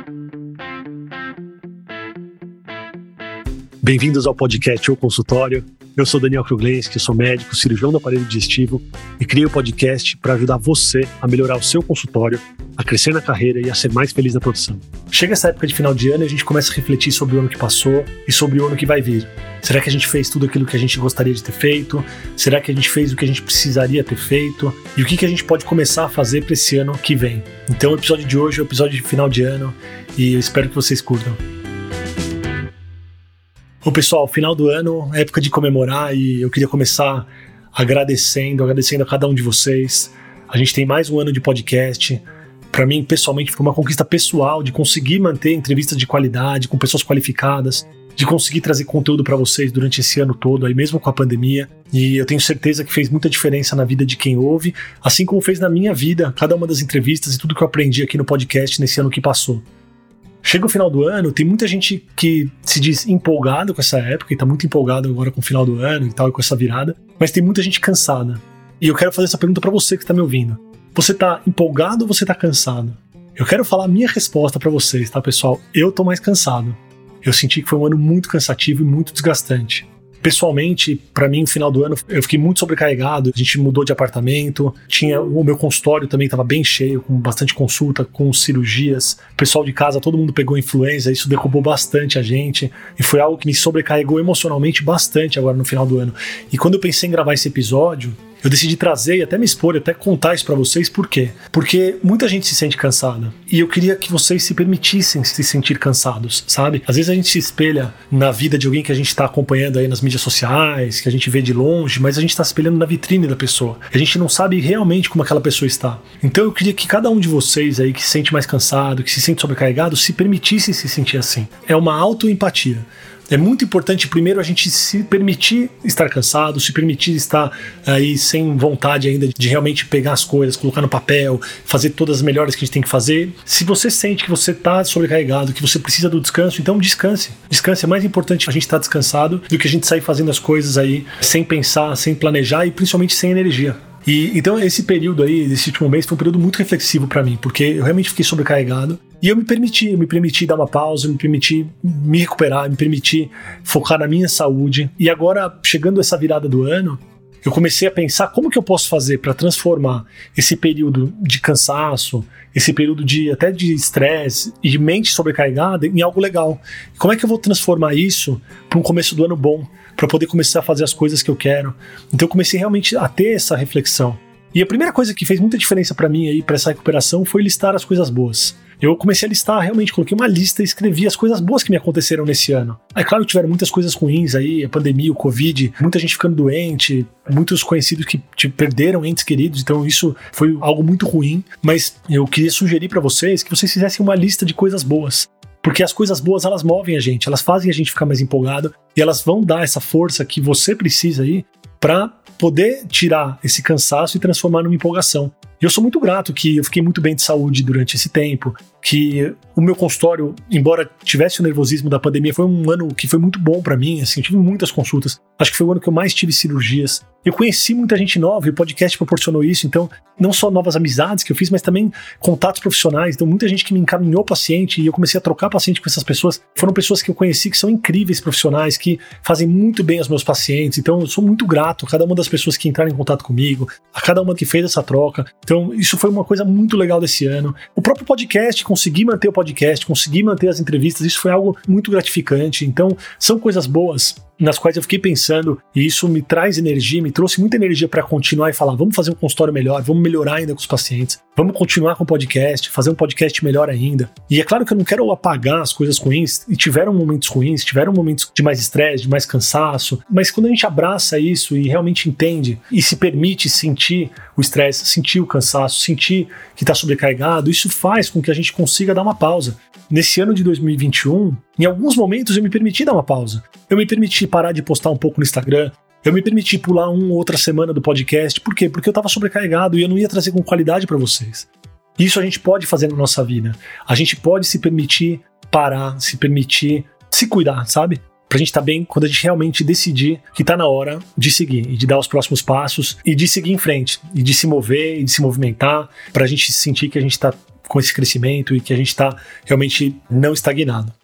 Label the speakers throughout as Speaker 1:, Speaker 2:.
Speaker 1: Bem-vindos ao podcast ou consultório. Eu sou Daniel Kruglenski, sou médico, cirurgião do aparelho digestivo e criei o podcast para ajudar você a melhorar o seu consultório, a crescer na carreira e a ser mais feliz na profissão. Chega essa época de final de ano e a gente começa a refletir sobre o ano que passou e sobre o ano que vai vir. Será que a gente fez tudo aquilo que a gente gostaria de ter feito? Será que a gente fez o que a gente precisaria ter feito? E o que a gente pode começar a fazer para esse ano que vem? Então o episódio de hoje é o episódio de final de ano e eu espero que vocês curtam. Bom, pessoal, final do ano, é época de comemorar e eu queria começar agradecendo a cada um de vocês. A gente tem mais um ano de podcast. Para mim, pessoalmente, foi uma conquista pessoal de conseguir manter entrevistas de qualidade com pessoas qualificadas, de conseguir trazer conteúdo para vocês durante esse ano todo, aí mesmo com a pandemia. E eu tenho certeza que fez muita diferença na vida de quem ouve, assim como fez na minha vida, cada uma das entrevistas e tudo que eu aprendi aqui no podcast nesse ano que passou. Chega o final do ano, tem muita gente que se diz empolgado com essa época e tá muito empolgado agora com o final do ano e tal, e com essa virada, mas tem muita gente cansada. E eu quero fazer essa pergunta pra você que tá me ouvindo. Você tá empolgado ou você tá cansado? Eu quero falar a minha resposta pra vocês, tá, pessoal? Eu tô mais cansado. Eu senti que foi um ano muito cansativo e muito desgastante. Pessoalmente, para mim, no final do ano, eu fiquei muito sobrecarregado. A gente mudou de apartamento, o meu consultório também estava bem cheio, com bastante consulta, com cirurgias. O pessoal de casa, todo mundo pegou influenza, isso derrubou bastante a gente. E foi algo que me sobrecarregou emocionalmente bastante agora no final do ano. E quando eu pensei em gravar esse episódio, eu decidi trazer e até me expor, até contar isso pra vocês. Por quê? Porque muita gente se sente cansada. E eu queria que vocês se permitissem se sentir cansados, sabe? Às vezes a gente se espelha na vida de alguém que a gente tá acompanhando aí nas mídias sociais, que a gente vê de longe, mas a gente tá se espelhando na vitrine da pessoa. A gente não sabe realmente como aquela pessoa está. Então eu queria que cada um de vocês aí que se sente mais cansado, que se sente sobrecarregado, se permitisse se sentir assim. É uma autoempatia. É muito importante, primeiro, a gente se permitir estar cansado, se permitir estar aí sem vontade ainda de realmente pegar as coisas, colocar no papel, fazer todas as melhores que a gente tem que fazer. Se você sente que você está sobrecarregado, que você precisa do descanso, então descanse. Descanse, é mais importante a gente estar descansado do que a gente sair fazendo as coisas aí sem pensar, sem planejar e principalmente sem energia. Então esse período aí, esse último mês, foi um período muito reflexivo pra mim, porque eu realmente fiquei sobrecarregado e eu me permiti dar uma pausa, me permiti me recuperar, me permiti focar na minha saúde. E agora, chegando essa virada do ano, eu comecei a pensar como que eu posso fazer para transformar esse período de cansaço, esse período até de estresse e de mente sobrecarregada em algo legal. Como é que eu vou transformar isso para um começo do ano bom, para poder começar a fazer as coisas que eu quero? Então eu comecei realmente a ter essa reflexão. E a primeira coisa que fez muita diferença para mim aí, para essa recuperação, foi listar as coisas boas. Eu comecei a listar, realmente, coloquei uma lista e escrevi as coisas boas que me aconteceram nesse ano. Aí, claro, tiveram muitas coisas ruins aí, a pandemia, o Covid, muita gente ficando doente, muitos conhecidos que perderam entes queridos, então isso foi algo muito ruim. Mas eu queria sugerir para vocês que vocês fizessem uma lista de coisas boas. Porque as coisas boas, elas movem a gente, elas fazem a gente ficar mais empolgado e elas vão dar essa força que você precisa aí para poder tirar esse cansaço e transformar numa empolgação. E eu sou muito grato que eu fiquei muito bem de saúde durante esse tempo, que o meu consultório, embora tivesse o nervosismo da pandemia, foi um ano que foi muito bom pra mim, assim, eu tive muitas consultas, acho que foi o ano que eu mais tive cirurgias. Eu conheci muita gente nova e o podcast proporcionou isso, então não só novas amizades que eu fiz, mas também contatos profissionais, então muita gente que me encaminhou paciente e eu comecei a trocar paciente com essas pessoas, foram pessoas que eu conheci que são incríveis profissionais, que fazem muito bem aos meus pacientes, então eu sou muito grato a cada uma das pessoas que entraram em contato comigo, a cada uma que fez essa troca. Então isso foi uma coisa muito legal desse ano. O próprio podcast, conseguir manter o podcast, conseguir manter as entrevistas, isso foi algo muito gratificante. Então são coisas boas nas quais eu fiquei pensando e isso me traz energia, me trouxe muita energia para continuar e falar, vamos fazer um consultório melhor, vamos melhorar ainda com os pacientes, vamos continuar com o podcast, fazer um podcast melhor ainda. E é claro que eu não quero apagar as coisas ruins, e tiveram momentos ruins, tiveram momentos de mais estresse, de mais cansaço, mas quando a gente abraça isso e realmente entende e se permite sentir o estresse, sentir o cansaço, sentir que está sobrecarregado, isso faz com que a gente consiga dar uma pausa. Nesse ano de 2021, em alguns momentos eu me permiti dar uma pausa. Eu me permiti parar de postar um pouco no Instagram. Eu me permiti pular uma ou outra semana do podcast. Por quê? Porque eu estava sobrecarregado e eu não ia trazer com qualidade para vocês. Isso a gente pode fazer na nossa vida. A gente pode se permitir parar, se permitir se cuidar, sabe? pra gente estar bem quando a gente realmente decidir que tá na hora de seguir e de dar os próximos passos e de seguir em frente e de se mover e de se movimentar pra gente sentir que a gente tá com esse crescimento e que a gente tá realmente não estagnado.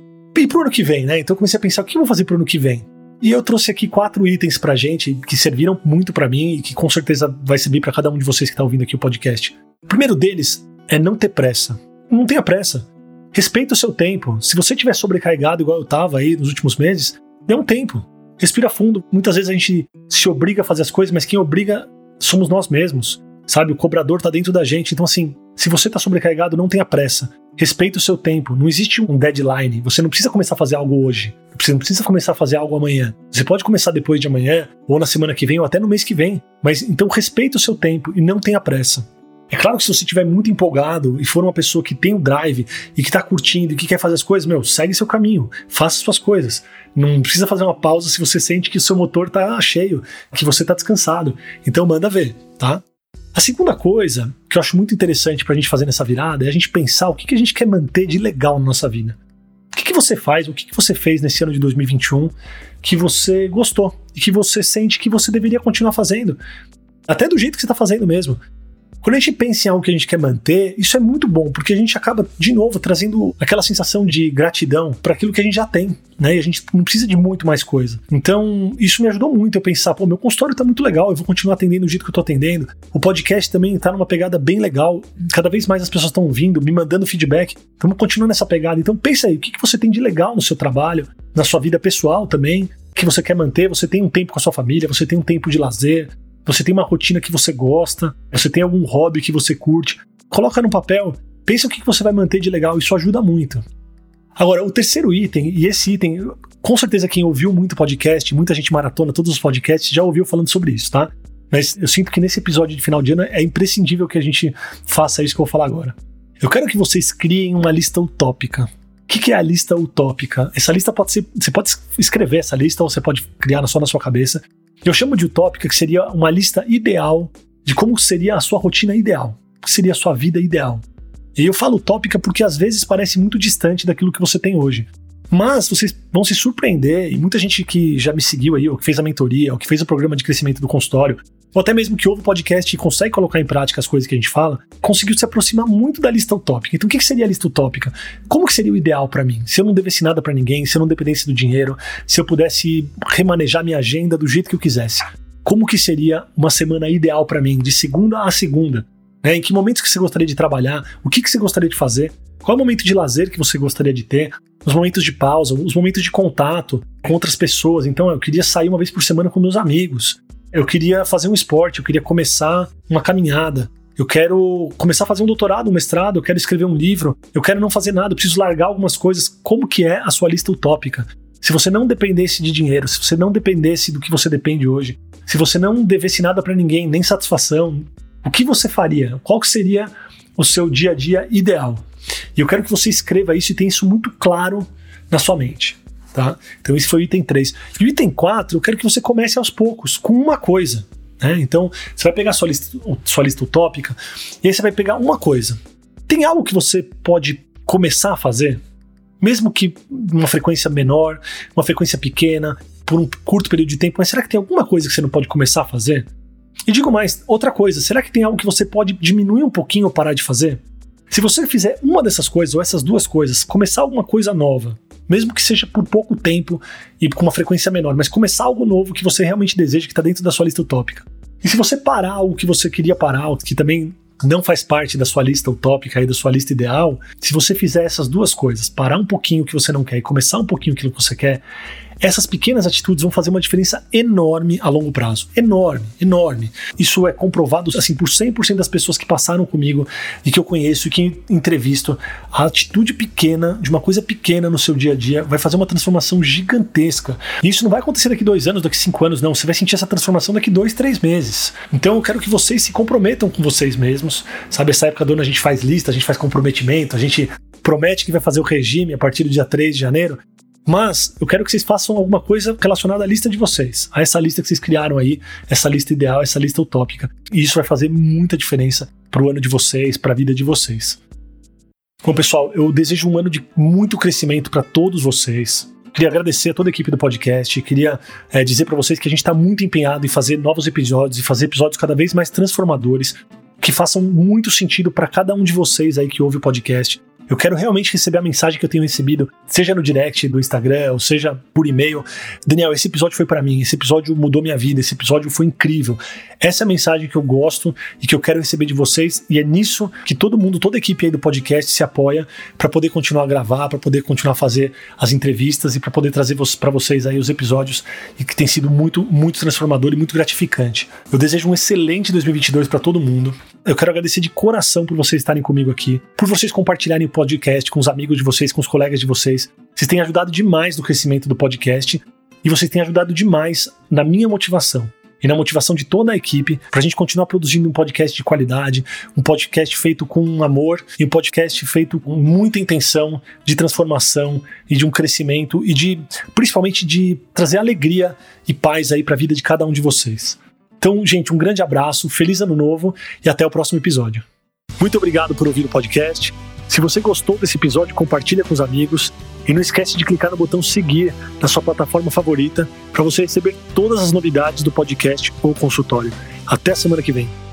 Speaker 1: E pro ano que vem, né? Então eu comecei a pensar, o que eu vou fazer pro ano que vem? E eu trouxe aqui 4 itens pra gente que serviram muito pra mim e que com certeza vai servir pra cada um de vocês que tá ouvindo aqui o podcast. O primeiro deles é não ter pressa. Não tenha pressa. Respeita o seu tempo. Se você estiver sobrecarregado igual eu tava aí nos últimos meses, dê um tempo. Respira fundo. Muitas vezes a gente se obriga a fazer as coisas, mas quem obriga somos nós mesmos. Sabe? O cobrador tá dentro da gente. Então assim, se você tá sobrecarregado, não tenha pressa. Respeita o seu tempo. Não existe um deadline. Você não precisa começar a fazer algo hoje. Você não precisa começar a fazer algo amanhã. Você pode começar depois de amanhã, ou na semana que vem, ou até no mês que vem. Mas então respeita o seu tempo e não tenha pressa. É claro que se você estiver muito empolgado e for uma pessoa que tem o drive e que tá curtindo e que quer fazer as coisas, segue seu caminho, faça suas coisas. Não precisa fazer uma pausa se você sente que o seu motor tá cheio, que você tá descansado. Então manda ver, tá? A segunda coisa que eu acho muito interessante pra gente fazer nessa virada é a gente pensar o que a gente quer manter de legal na nossa vida. O que você faz, o que você fez nesse ano de 2021 que você gostou e que você sente que você deveria continuar fazendo, até do jeito que você tá fazendo mesmo. Quando a gente pensa em algo que a gente quer manter, isso é muito bom, porque a gente acaba, de novo, trazendo aquela sensação de gratidão para aquilo que a gente já tem, né? E a gente não precisa de muito mais coisa. Então, isso me ajudou muito a pensar, meu consultório tá muito legal, eu vou continuar atendendo do jeito que eu tô atendendo. O podcast também tá numa pegada bem legal, cada vez mais as pessoas estão vindo, me mandando feedback, estamos continuando nessa pegada. Então, pensa aí, o que você tem de legal no seu trabalho, na sua vida pessoal também, que você quer manter, você tem um tempo com a sua família, você tem um tempo de lazer, você tem uma rotina que você gosta, você tem algum hobby que você curte, coloca no papel, pensa o que você vai manter de legal, isso ajuda muito. Agora, o terceiro item, e esse item, com certeza quem ouviu muito podcast, muita gente maratona, todos os podcasts, já ouviu falando sobre isso, tá? Mas eu sinto que nesse episódio de final de ano é imprescindível que a gente faça isso que eu vou falar agora. Eu quero que vocês criem uma lista utópica. O que é a lista utópica? Essa lista pode ser, você pode escrever essa lista ou você pode criar só na sua cabeça. Eu chamo de utópica, que seria uma lista ideal de como seria a sua rotina ideal, que seria a sua vida ideal. E eu falo utópica porque às vezes parece muito distante daquilo que você tem hoje. Mas vocês vão se surpreender, e muita gente que já me seguiu aí, ou que fez a mentoria, ou que fez o programa de crescimento do consultório, ou até mesmo que ouve o podcast e consegue colocar em prática as coisas que a gente fala, conseguiu se aproximar muito da lista utópica. Então o que seria a lista utópica? Como que seria o ideal para mim? Se eu não devesse nada para ninguém, se eu não dependesse do dinheiro, se eu pudesse remanejar minha agenda do jeito que eu quisesse. Como que seria uma semana ideal para mim, de segunda a segunda? Em que momentos que você gostaria de trabalhar? O que você gostaria de fazer? Qual é o momento de lazer que você gostaria de ter? Os momentos de pausa, os momentos de contato com outras pessoas. Então eu queria sair uma vez por semana com meus amigos. Eu queria fazer um esporte, eu queria começar uma caminhada. Eu quero começar a fazer um doutorado, um mestrado, eu quero escrever um livro. Eu quero não fazer nada, eu preciso largar algumas coisas. Como que é a sua lista utópica? Se você não dependesse de dinheiro, se você não dependesse do que você depende hoje, se você não devesse nada pra ninguém, nem satisfação, o que você faria? Qual que seria o seu dia a dia ideal? E eu quero que você escreva isso e tenha isso muito claro na sua mente, tá? Então esse foi o item 3. E o item 4, eu quero que você comece aos poucos, com uma coisa, né? Então você vai pegar a sua lista utópica e aí você vai pegar uma coisa. Tem algo que você pode começar a fazer? Mesmo que uma frequência menor, uma frequência pequena, por um curto período de tempo, mas será que tem alguma coisa que você não pode começar a fazer? E digo mais, outra coisa, será que tem algo que você pode diminuir um pouquinho ou parar de fazer? Se você fizer uma dessas coisas, ou essas duas coisas, começar alguma coisa nova, mesmo que seja por pouco tempo e com uma frequência menor, mas começar algo novo que você realmente deseja, que está dentro da sua lista utópica. E se você parar algo que você queria parar, que também não faz parte da sua lista utópica e da sua lista ideal, se você fizer essas duas coisas, parar um pouquinho o que você não quer e começar um pouquinho aquilo que você quer, essas pequenas atitudes vão fazer uma diferença enorme a longo prazo. Enorme, enorme. Isso é comprovado assim, por 100% das pessoas que passaram comigo e que eu conheço e que entrevisto. A atitude pequena, de uma coisa pequena no seu dia a dia, vai fazer uma transformação gigantesca. E isso não vai acontecer daqui 2 anos, daqui 5 anos, não. Você vai sentir essa transformação daqui 2, 3 meses. Então eu quero que vocês se comprometam com vocês mesmos. Sabe, essa época do ano a gente faz lista, a gente faz comprometimento, a gente promete que vai fazer o regime a partir do dia 3 de janeiro. Mas eu quero que vocês façam alguma coisa relacionada à lista de vocês, a essa lista que vocês criaram aí, essa lista ideal, essa lista utópica. E isso vai fazer muita diferença pro ano de vocês, pra vida de vocês. Bom, pessoal, eu desejo um ano de muito crescimento para todos vocês, Queria agradecer a toda a equipe do podcast, queria dizer para vocês que a gente está muito empenhado em fazer novos episódios e fazer episódios cada vez mais transformadores, que façam muito sentido para cada um de vocês aí que ouve o podcast. Eu quero realmente receber a mensagem que eu tenho recebido, seja no direct do Instagram, ou seja por e-mail. Daniel, esse episódio foi pra mim, esse episódio mudou minha vida, esse episódio foi incrível. Essa é a mensagem que eu gosto e que eu quero receber de vocês, e é nisso que todo mundo, toda a equipe aí do podcast se apoia para poder continuar a gravar, para poder continuar a fazer as entrevistas e para poder trazer para vocês aí os episódios, e que tem sido muito, muito transformador e muito gratificante. Eu desejo um excelente 2022 para todo mundo. Eu quero agradecer de coração por vocês estarem comigo aqui, por vocês compartilharem o podcast com os amigos de vocês, com os colegas de vocês. Vocês têm ajudado demais no crescimento do podcast e vocês têm ajudado demais na minha motivação e na motivação de toda a equipe para a gente continuar produzindo um podcast de qualidade, um podcast feito com amor e um podcast feito com muita intenção de transformação e de um crescimento e principalmente de trazer alegria e paz aí para a vida de cada um de vocês. Então, gente, um grande abraço, feliz ano novo e até o próximo episódio. Muito obrigado por ouvir o podcast. Se você gostou desse episódio, compartilha com os amigos e não esquece de clicar no botão seguir na sua plataforma favorita para você receber todas as novidades do podcast ou consultório. Até semana que vem.